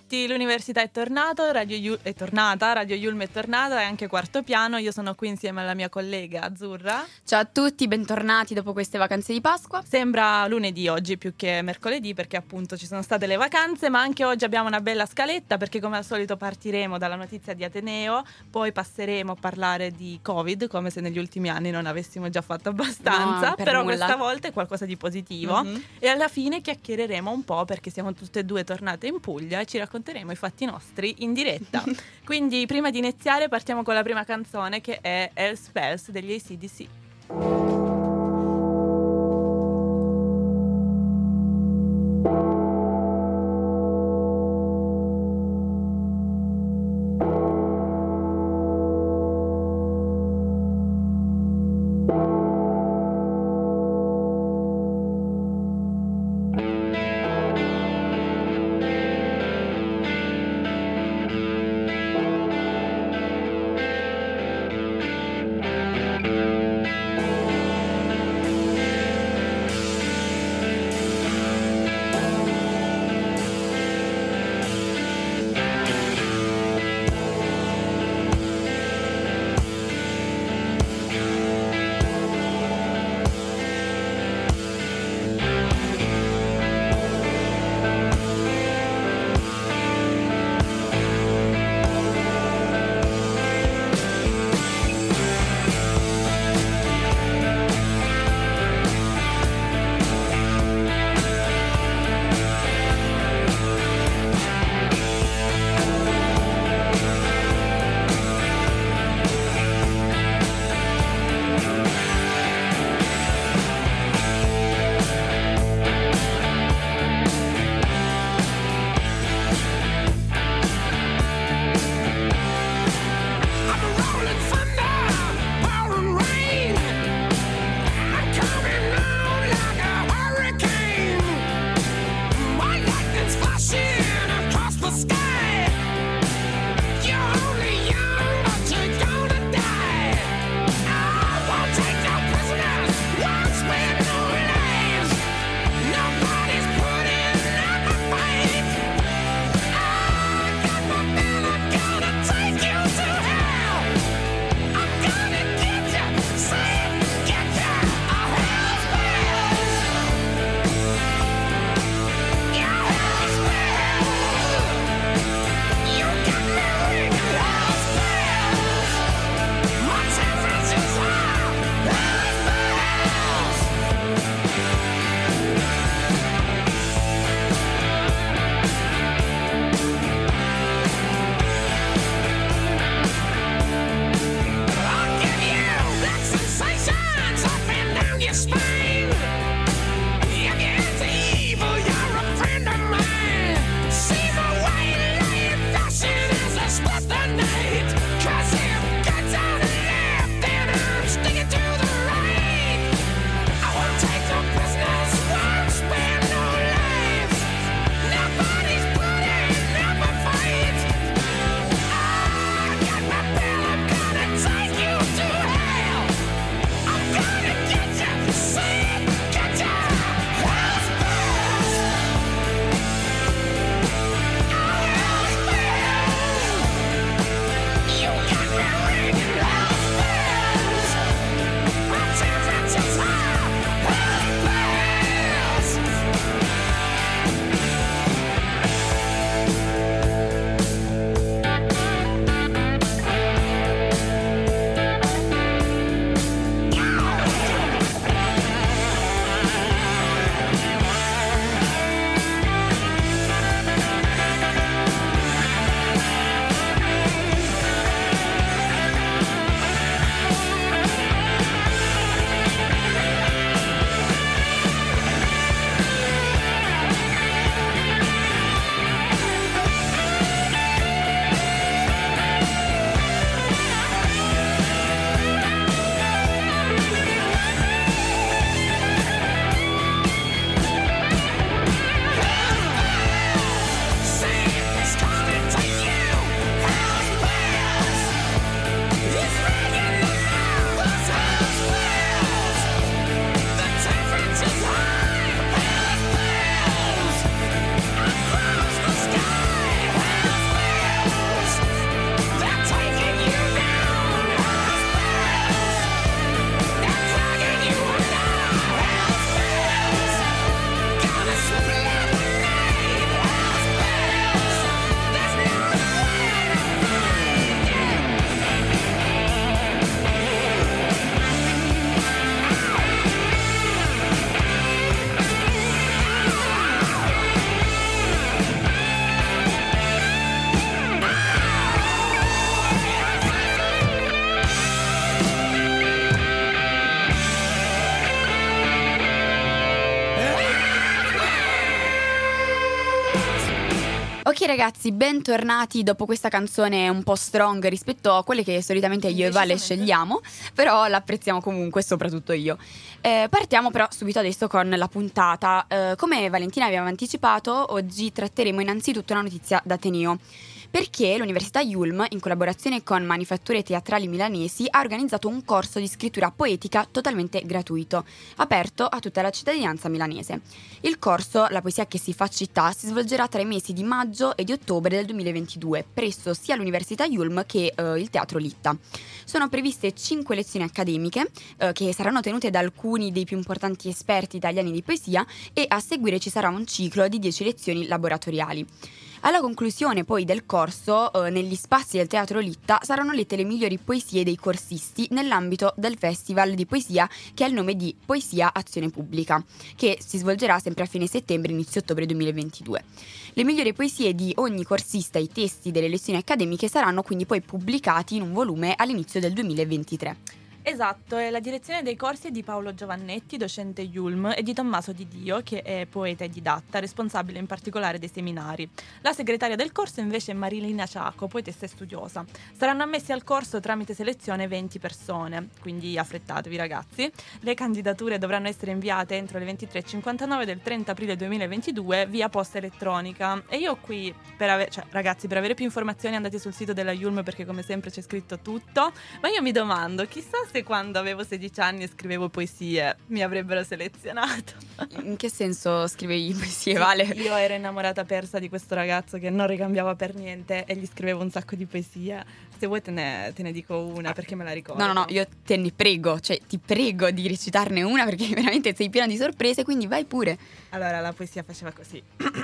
tutti, l'università è tornata, Radio Yulm è tornata e anche Quarto Piano. Io sono qui insieme alla mia collega Azzurra. Ciao a tutti, bentornati dopo queste vacanze di Pasqua. Sembra lunedì oggi più che mercoledì perché appunto ci sono state le vacanze, ma anche oggi abbiamo una bella scaletta perché come al solito partiremo dalla notizia di Ateneo, poi passeremo a parlare di Covid come se negli ultimi anni non avessimo già fatto abbastanza, No, per però nulla. questa volta è qualcosa di positivo e alla fine chiacchiereremo un po' perché siamo tutte e due tornate in Puglia e ci racconteremo i fatti nostri in diretta. Quindi prima di iniziare partiamo con la prima canzone che è Hell Spells degli AC/DC. Ok ragazzi, bentornati dopo questa canzone un po' strong rispetto a quelle che solitamente io e Vale scegliamo, però l'apprezziamo comunque, soprattutto io. Partiamo però subito adesso con la puntata. Come Valentina aveva anticipato, oggi tratteremo innanzitutto una notizia d'Ateneo, perché l'Università Yulm, in collaborazione con Manifatture Teatrali Milanesi, ha organizzato un corso di scrittura poetica totalmente gratuito, aperto a tutta la cittadinanza milanese. Il corso, La poesia che si fa città, si svolgerà tra i mesi di maggio e di ottobre del 2022, presso sia l'Università Yulm che il Teatro Litta. Sono previste 5 lezioni accademiche che saranno tenute da alcuni dei più importanti esperti italiani di poesia, e a seguire ci sarà un ciclo di 10 lezioni laboratoriali. Alla conclusione poi del corso, negli spazi del Teatro Litta saranno lette le migliori poesie dei corsisti nell'ambito del festival di poesia che ha il nome di Poesia Azione Pubblica, che si svolgerà sempre a fine settembre, inizio ottobre 2022. Le migliori poesie di ogni corsista e i testi delle lezioni accademiche saranno quindi poi pubblicati in un volume all'inizio del 2023. Esatto, e la direzione dei corsi è di Paolo Giovannetti, docente Yulm, e di Tommaso Di Dio, che è poeta e didatta, responsabile in particolare dei seminari. La segretaria del corso invece è Marilina Ciaco, poetessa e studiosa. Saranno ammessi al corso tramite selezione 20 persone, quindi affrettatevi ragazzi. Le candidature dovranno essere inviate entro le 23:59 del 30 aprile 2022 via posta elettronica. E io qui, ragazzi, per avere più informazioni andate sul sito della Yulm, perché come sempre c'è scritto tutto, ma io mi domando, chissà se quando avevo 16 anni e scrivevo poesie mi avrebbero selezionato. In che senso scrivevi poesie, Vale? Io ero innamorata persa di questo ragazzo che non ricambiava per niente e gli scrivevo un sacco di poesie. Se vuoi te ne dico una, perché me la ricordo. No, io te ne prego, ti prego di recitarne una, perché veramente sei piena di sorprese, quindi vai pure. Allora, la poesia faceva così.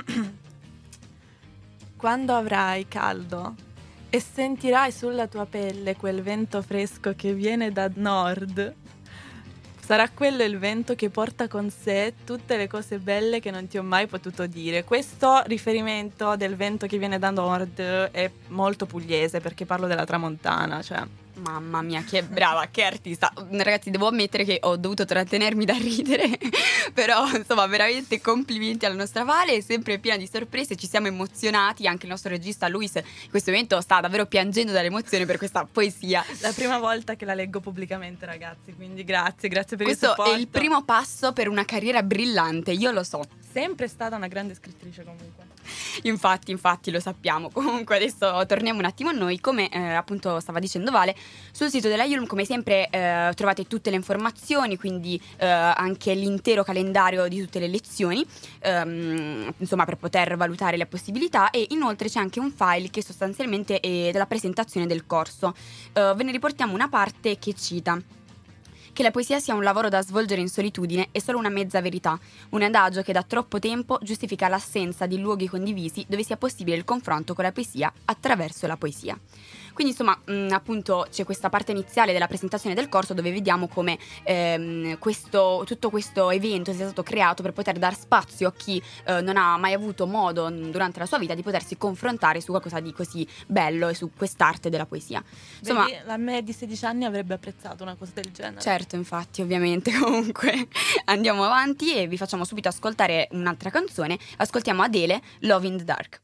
Quando avrai caldo e sentirai sulla tua pelle quel vento fresco che viene da nord, sarà quello il vento che porta con sé tutte le cose belle che non ti ho mai potuto dire. Questo riferimento del vento che viene da nord è molto pugliese, perché parlo della tramontana, cioè... Mamma mia, che brava, che artista. Ragazzi, devo ammettere che ho dovuto trattenermi da ridere, però insomma veramente complimenti alla nostra Vale, è sempre piena di sorprese, ci siamo emozionati, anche il nostro regista Luis in questo momento sta davvero piangendo dall'emozione per questa poesia. La prima volta che la leggo pubblicamente, ragazzi, quindi grazie per questo il supporto. Questo è il primo passo per una carriera brillante, io lo so. Sempre stata una grande scrittrice comunque. Infatti lo sappiamo. Comunque adesso torniamo un attimo a noi. Come appunto stava dicendo Vale, sul sito della Yulm come sempre trovate tutte le informazioni, quindi anche l'intero calendario di tutte le lezioni, insomma, per poter valutare le possibilità, e inoltre c'è anche un file che sostanzialmente è della presentazione del corso. Ve ne riportiamo una parte che cita: che la poesia sia un lavoro da svolgere in solitudine è solo una mezza verità, un adagio che da troppo tempo giustifica l'assenza di luoghi condivisi dove sia possibile il confronto con la poesia attraverso la poesia. Quindi insomma, appunto c'è questa parte iniziale della presentazione del corso dove vediamo come tutto questo evento sia stato creato per poter dar spazio a chi non ha mai avuto modo durante la sua vita di potersi confrontare su qualcosa di così bello e su quest'arte della poesia. Insomma, vedi, a me di 16 anni avrebbe apprezzato una cosa del genere. Certo, infatti, ovviamente. Comunque andiamo avanti e vi facciamo subito ascoltare un'altra canzone. Ascoltiamo Adele, Love in the Dark.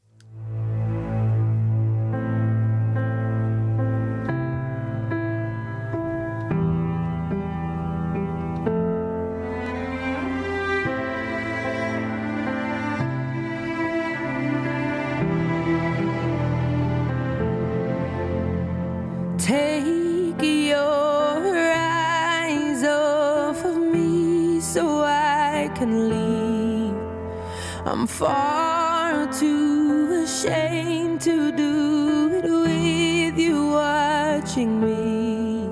Take your eyes off of me so I can leave. I'm far too ashamed to do it with you watching me.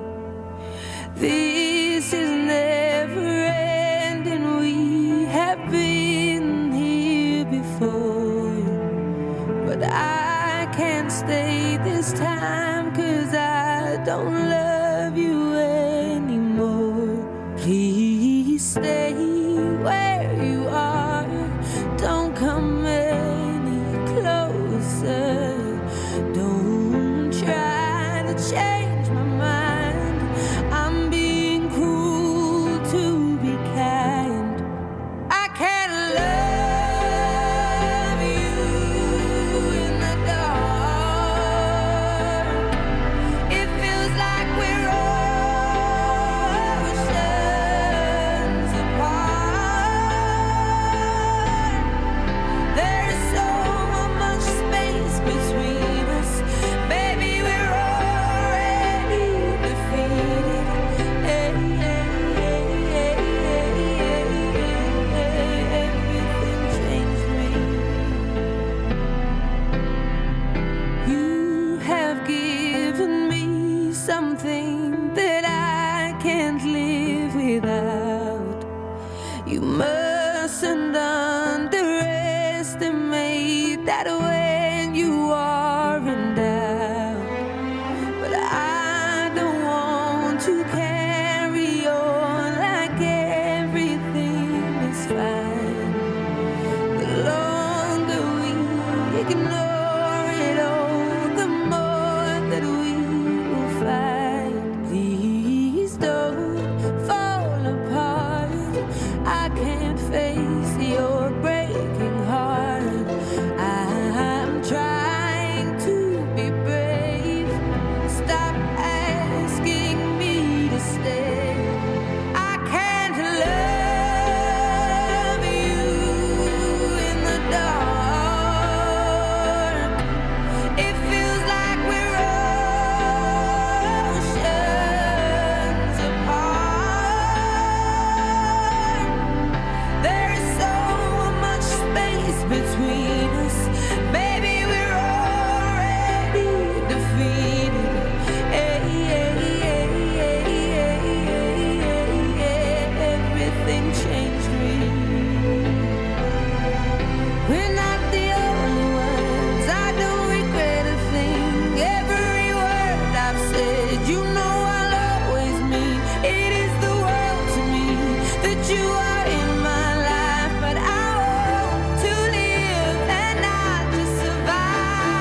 This is never ending. We have been here before, but I can't stay this time 'cause I don't love you anymore. Please stay where you are. Don't come any closer. Don't try to change my mind. I'm being cruel to be kind. I can't love you in without. You mustn't underestimate that when you are in doubt. But I don't want to carry on like everything is fine. The longer we ignore it all, the more that we will find. Please don't fall apart. I can't face your breaking heart. I'm trying to be brave. Stop asking me to stay. I can't love you in the dark. It feels like we're oceans apart. There is so much space between us. Baby, we're already defeated. Everything changed me. We're not the only ones. I don't regret a thing. Every word I've said, you know I'll always mean. It is the world to me that you are in my life. But I want to live and not just survive.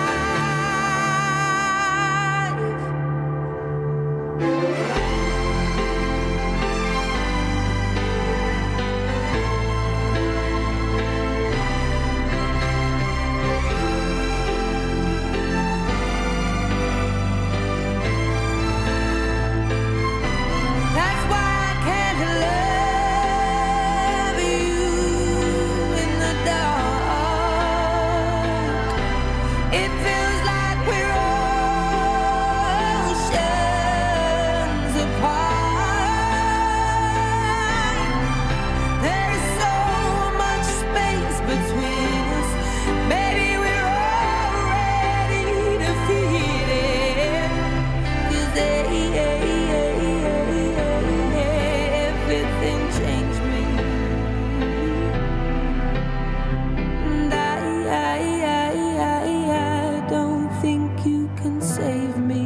That's why I can't love you in the dark. It feels like we're oceans apart. There's so much space between us. Baby, we're already defeated. 'Cause everything changed me. And I don't think you can save me.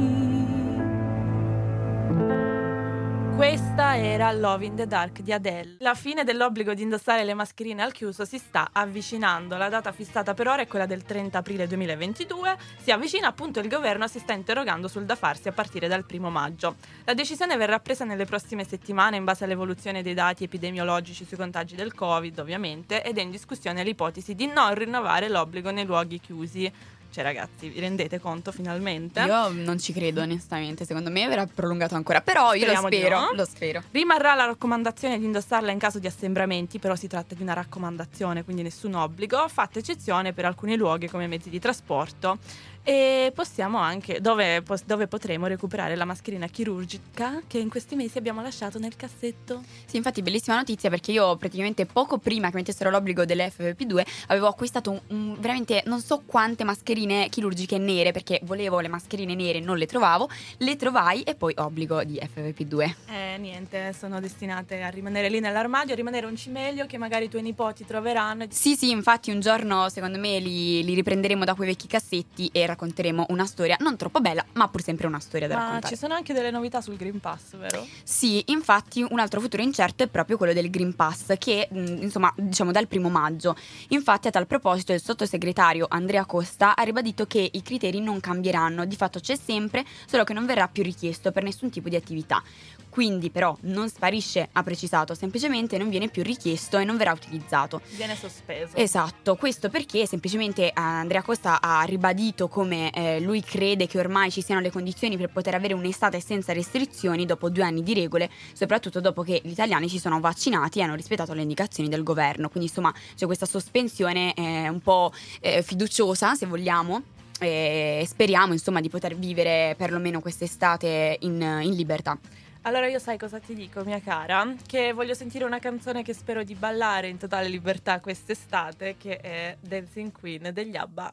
Questa era Love in the Dark di Adele. La fine dell'obbligo di indossare le mascherine al chiuso si sta avvicinando. La data fissata per ora è quella del 30 aprile 2022. Si avvicina, appunto, il governo si sta interrogando sul da farsi a partire dal 1 maggio. La decisione verrà presa nelle prossime settimane in base all'evoluzione dei dati epidemiologici sui contagi del Covid, ovviamente, ed è in discussione l'ipotesi di non rinnovare l'obbligo nei luoghi chiusi. Cioè, ragazzi, vi rendete conto finalmente? Io non ci credo, onestamente. Secondo me verrà prolungato ancora. Però io Speriamo di no. lo spero. Rimarrà la raccomandazione di indossarla in caso di assembramenti, però si tratta di una raccomandazione, quindi nessun obbligo, fatta eccezione per alcuni luoghi come mezzi di trasporto. E possiamo anche, dove potremo recuperare la mascherina chirurgica che in questi mesi abbiamo lasciato nel cassetto. Sì, infatti bellissima notizia, perché io praticamente poco prima che mettessero l'obbligo dell'FFP2 avevo acquistato veramente non so quante mascherine chirurgiche nere, perché volevo le mascherine nere, non le trovavo, le trovai e poi obbligo di FFP2. Niente, sono destinate a rimanere lì nell'armadio, a rimanere un cimelio che magari i tuoi nipoti troveranno. Sì, infatti un giorno secondo me li riprenderemo da quei vecchi cassetti e racconteremo una storia non troppo bella, ma pur sempre una storia da raccontare. Ma ci sono anche delle novità sul Green Pass, vero? Sì, infatti un altro futuro incerto è proprio quello del Green Pass, che insomma diciamo dal 1 maggio. Infatti a tal proposito il sottosegretario Andrea Costa ha ribadito che i criteri non cambieranno, di fatto c'è sempre, solo che non verrà più richiesto per nessun tipo di attività. Quindi però non sparisce, ha precisato, semplicemente non viene più richiesto e non verrà utilizzato. Viene sospeso. Esatto, questo perché semplicemente Andrea Costa ha ribadito come lui crede che ormai ci siano le condizioni per poter avere un'estate senza restrizioni dopo 2 anni di regole, soprattutto dopo che gli italiani si sono vaccinati e hanno rispettato le indicazioni del governo. Quindi insomma c'è questa sospensione un po' fiduciosa, se vogliamo. E speriamo insomma di poter vivere perlomeno quest'estate in libertà. Allora io sai cosa ti dico, mia cara? Che voglio sentire una canzone che spero di ballare in totale libertà quest'estate, che è Dancing Queen degli ABBA.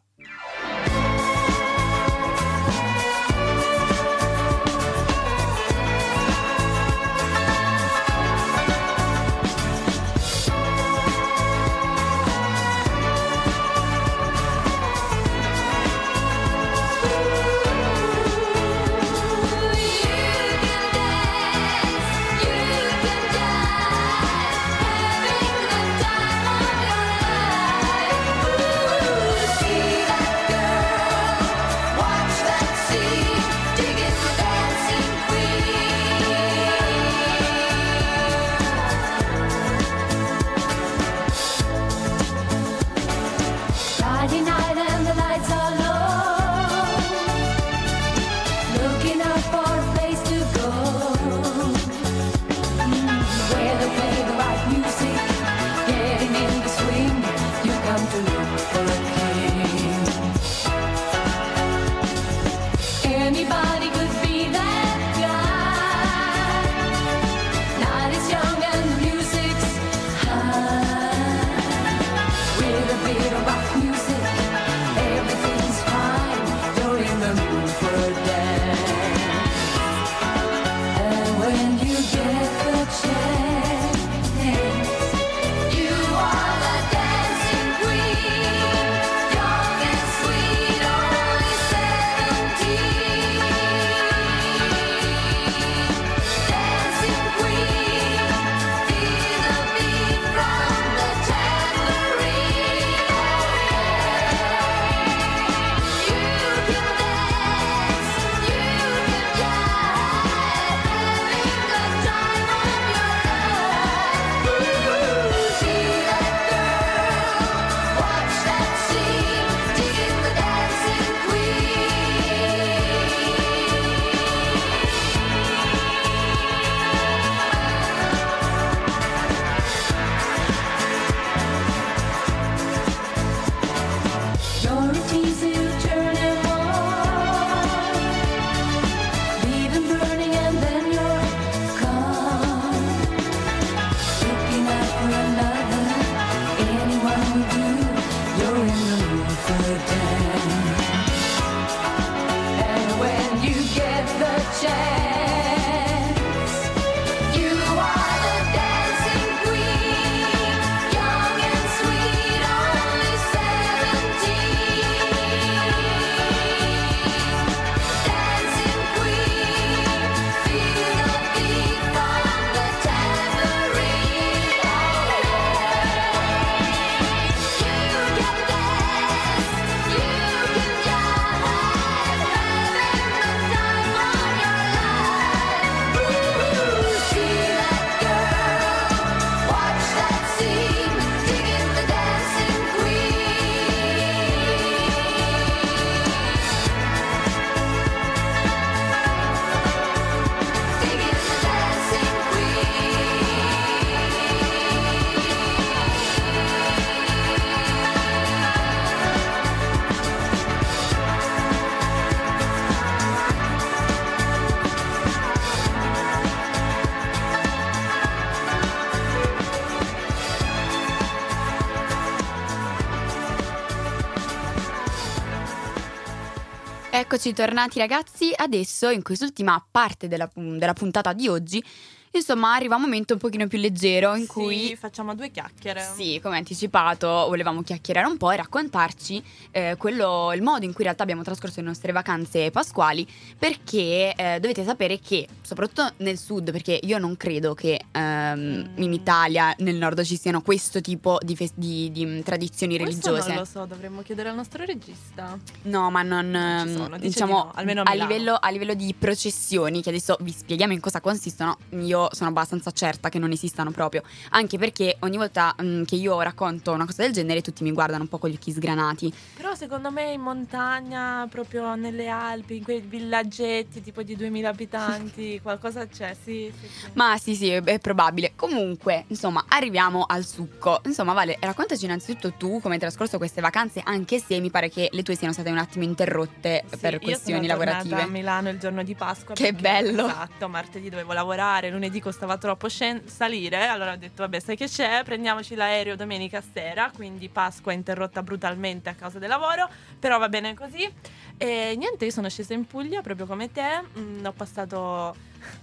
Eccoci tornati ragazzi, adesso in quest'ultima parte della puntata di oggi, insomma, arriva un momento un pochino più leggero in cui facciamo due chiacchiere. sì, come anticipato, volevamo chiacchierare un po' e raccontarci il modo in cui in realtà abbiamo trascorso le nostre vacanze pasquali, perché dovete sapere che, soprattutto nel sud, perché io non credo che in Italia, nel nord, ci siano questo tipo di tradizioni Questo religiose. non lo so, dovremmo chiedere al nostro regista. No, ma non ci sono, dice diciamo di no, almeno a Milano. a livello di processioni, che adesso vi spieghiamo in cosa consistono. Io sono abbastanza certa che non esistano proprio, anche perché ogni volta che io racconto una cosa del genere tutti mi guardano un po' con gli occhi sgranati. Però secondo me in montagna, proprio nelle Alpi, in quei villaggetti tipo di 2000 abitanti, qualcosa c'è, sì. Ma sì, è probabile. Comunque, insomma, arriviamo al succo. Insomma, Vale, raccontaci innanzitutto tu come hai trascorso queste vacanze, anche se mi pare che le tue siano state un attimo interrotte per questioni lavorative. Io sono tornata a Milano il giorno di Pasqua. Che perché, bello! Esatto, martedì dovevo lavorare, lunedì costava troppo salire, allora ho detto vabbè, sai che c'è, prendiamoci l'aereo domenica sera, quindi Pasqua interrotta brutalmente a causa del lavoro, però va bene così. E niente, io sono scesa in Puglia proprio come te, ho passato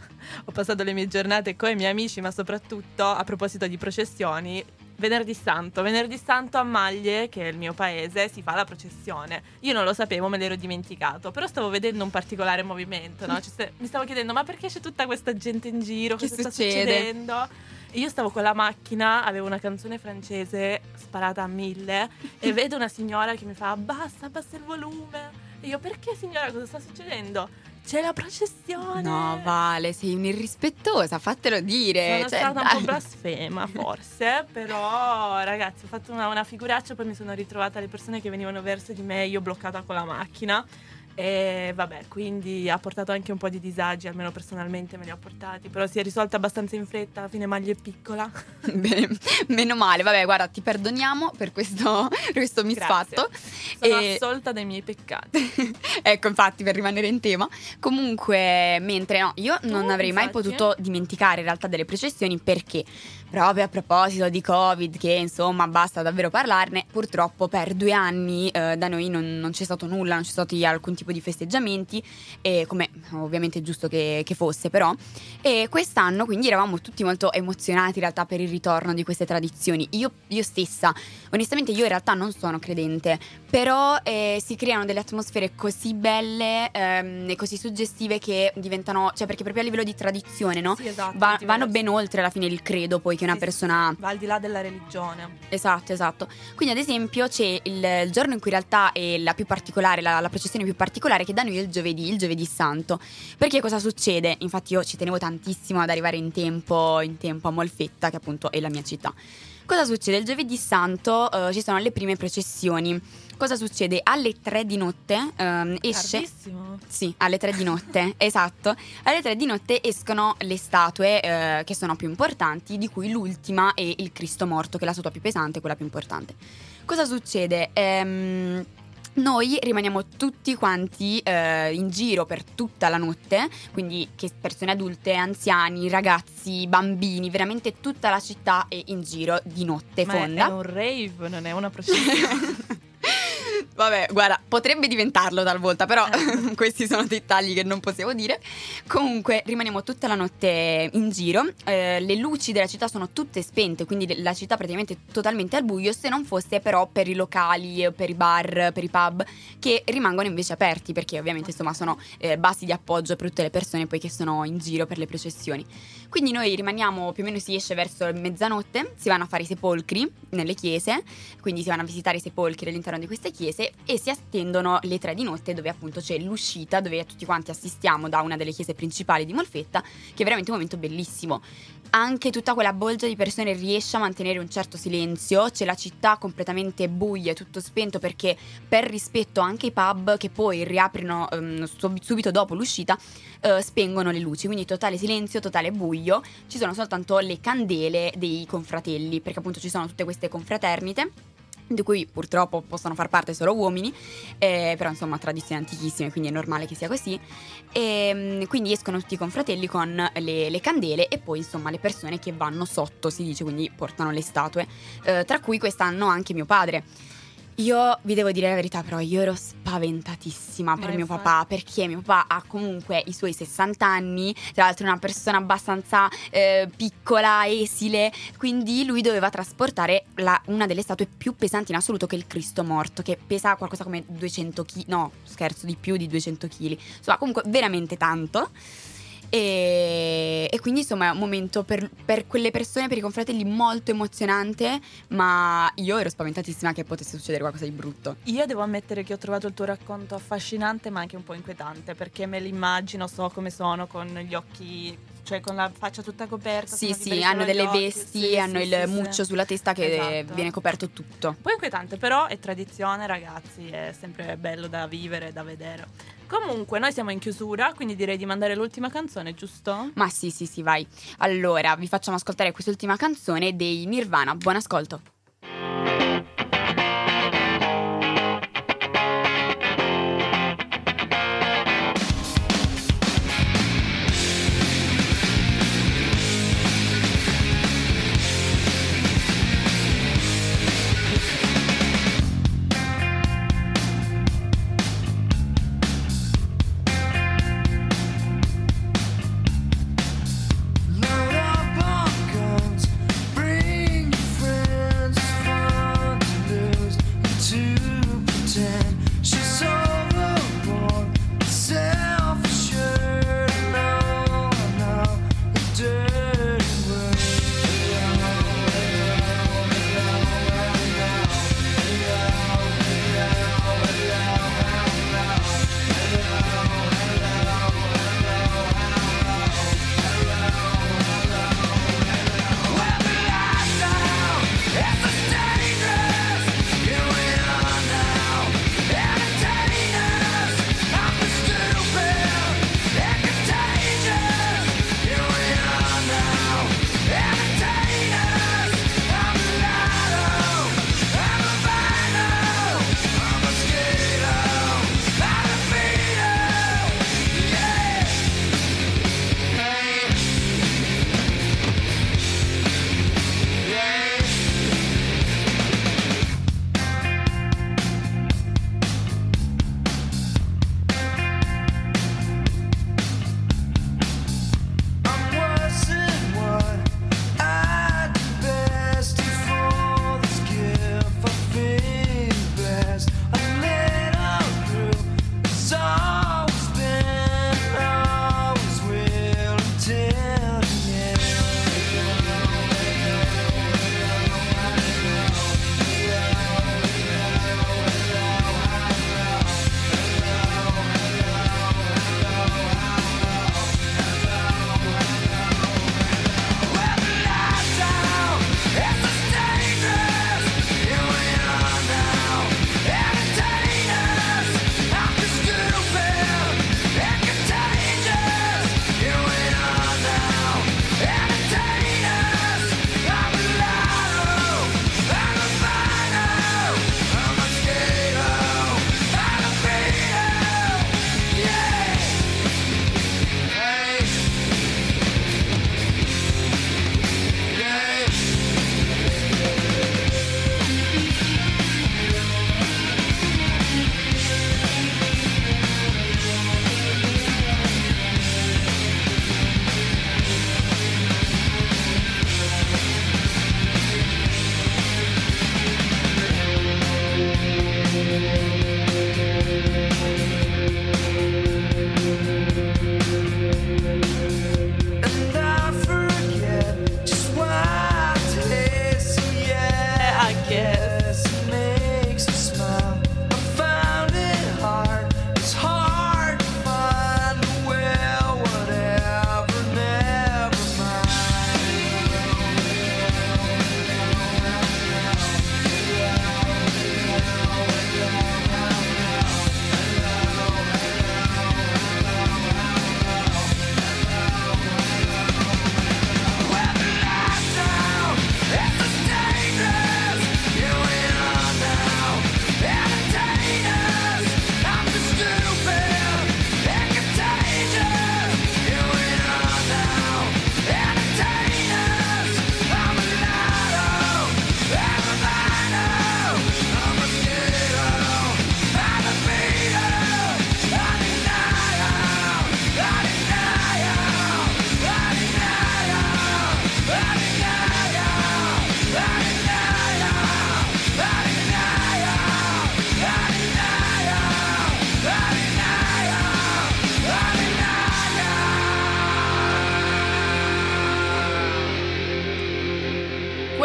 le mie giornate con i miei amici, ma soprattutto, a proposito di processioni, Venerdì Santo a Maglie, che è il mio paese, si fa la processione. Io non lo sapevo, me l'ero dimenticato, però stavo vedendo un particolare movimento, no? Mi stavo chiedendo, ma perché c'è tutta questa gente in giro? Che cosa sta succede? succedendo? E io stavo con la macchina, avevo una canzone francese sparata a 1000 e vedo una signora che mi fa abbassa il volume. E io, perché signora, cosa sta succedendo? C'è la processione! No, Vale, sei un'irrispettosa, fatelo dire. Sono stata un po' blasfema forse, però ragazzi ho fatto una figuraccia, poi mi sono ritrovata le persone che venivano verso di me, io bloccata con la macchina. E vabbè, quindi ha portato anche un po' di disagi, almeno personalmente me li ho portati, però si è risolta abbastanza in fretta, alla fine Maglia è piccola. Bene, meno male, vabbè, guarda, ti perdoniamo per questo misfatto. Sono assolta dai miei peccati. Ecco, infatti, per rimanere in tema. Comunque, mentre no, io non avrei mai potuto dimenticare in realtà delle processioni, perché proprio a proposito di Covid, che insomma basta davvero parlarne, purtroppo per 2 anni da noi non c'è stato nulla, non c'è stati alcun tipo di festeggiamenti, come ovviamente è giusto che fosse, però. E quest'anno quindi eravamo tutti molto emozionati in realtà per il ritorno di queste tradizioni. Io stessa, onestamente io in realtà non sono credente, però si creano delle atmosfere così belle e così suggestive che diventano, cioè perché proprio a livello di tradizione, no? Sì, esatto, Vanno ben oltre alla fine il credo poi che una persona va al di là della religione. Esatto. Quindi ad esempio c'è il giorno in cui in realtà è la più particolare, la processione più particolare, che da noi è il giovedì santo. Perché cosa succede? Infatti io ci tenevo tantissimo ad arrivare in tempo a Molfetta, che appunto è la mia città. Cosa succede? Il giovedì santo ci sono le prime processioni. Cosa succede? Alle 3 di notte esce. Tardissimo. Sì, alle 3 di notte, esatto. Alle 3 di notte escono le statue che sono più importanti, di cui l'ultima è il Cristo morto, che è la statua più pesante, quella più importante. Cosa succede? Noi rimaniamo tutti quanti in giro per tutta la notte, quindi che persone adulte, anziani, ragazzi, bambini, veramente tutta la città è in giro di notte fonda. Ma è un rave, non è una processione. Vabbè, guarda, potrebbe diventarlo talvolta, però questi sono dettagli che non possiamo dire. Comunque rimaniamo tutta la notte in giro, le luci della città sono tutte spente, quindi la città praticamente totalmente al buio, se non fosse però per i locali, per i bar, per i pub, che rimangono invece aperti, perché ovviamente insomma sono basi di appoggio per tutte le persone poi che sono in giro per le processioni. Quindi noi rimaniamo, più o meno si esce verso mezzanotte, si vanno a fare i sepolcri nelle chiese, quindi si vanno a visitare i sepolcri all'interno di queste chiese e si attendono le 3 di notte, dove appunto c'è l'uscita, dove tutti quanti assistiamo da una delle chiese principali di Molfetta, che è veramente un momento bellissimo. Anche tutta quella bolgia di persone riesce a mantenere un certo silenzio, c'è la città completamente buia, tutto spento, perché per rispetto anche ai pub che poi riaprono subito dopo l'uscita spengono le luci, quindi totale silenzio, totale buio, ci sono soltanto le candele dei confratelli, perché appunto ci sono tutte queste confraternite di cui purtroppo possono far parte solo uomini, però insomma tradizioni antichissime, quindi è normale che sia così. E quindi escono tutti i confratelli con le candele e poi insomma le persone che vanno sotto, si dice, quindi portano le statue, tra cui quest'anno anche mio padre. Io vi devo dire la verità, però io ero spaventatissima per mio infatti. papà, perché mio papà ha comunque i suoi 60 anni, tra l'altro è una persona abbastanza piccola, esile, quindi lui doveva trasportare una delle statue più pesanti in assoluto, che è il Cristo morto, che pesa qualcosa come 200 kg, no scherzo, di più di 200 kg, insomma comunque veramente tanto. E quindi insomma è un momento per quelle persone, per i confratelli, molto emozionante, ma io ero spaventatissima che potesse succedere qualcosa di brutto. Io devo ammettere che ho trovato il tuo racconto affascinante ma anche un po' inquietante, perché me l'immagino, so come sono, con gli occhi, cioè con la faccia tutta coperta. Sì, sono sì, liberi hanno solo gli delle occhi. vesti, Sì, hanno sì, il sì, muccio sì. sulla testa che Esatto. viene coperto tutto. Un po' inquietante, però è tradizione, ragazzi, è sempre bello da vivere, da vedere. Comunque, noi siamo in chiusura, quindi direi di mandare l'ultima canzone, giusto? Ma sì, vai. Allora, vi facciamo ascoltare quest'ultima canzone dei Nirvana. Buon ascolto. Load up on guns, bring your friends.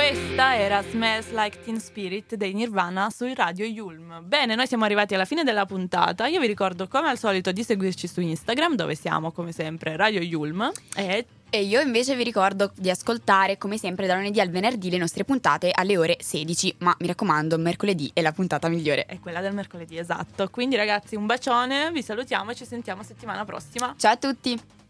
Questa era Smells Like Teen Spirit dei Nirvana sui Radio Yulm. Bene, noi siamo arrivati alla fine della puntata. Io vi ricordo come al solito di seguirci su Instagram, dove siamo come sempre Radio Yulm, E io invece vi ricordo di ascoltare come sempre da lunedì al venerdì le nostre puntate alle ore 16. Ma mi raccomando, mercoledì è la puntata migliore. è quella del mercoledì, esatto. Quindi ragazzi, un bacione, vi salutiamo e ci sentiamo settimana prossima. Ciao a tutti!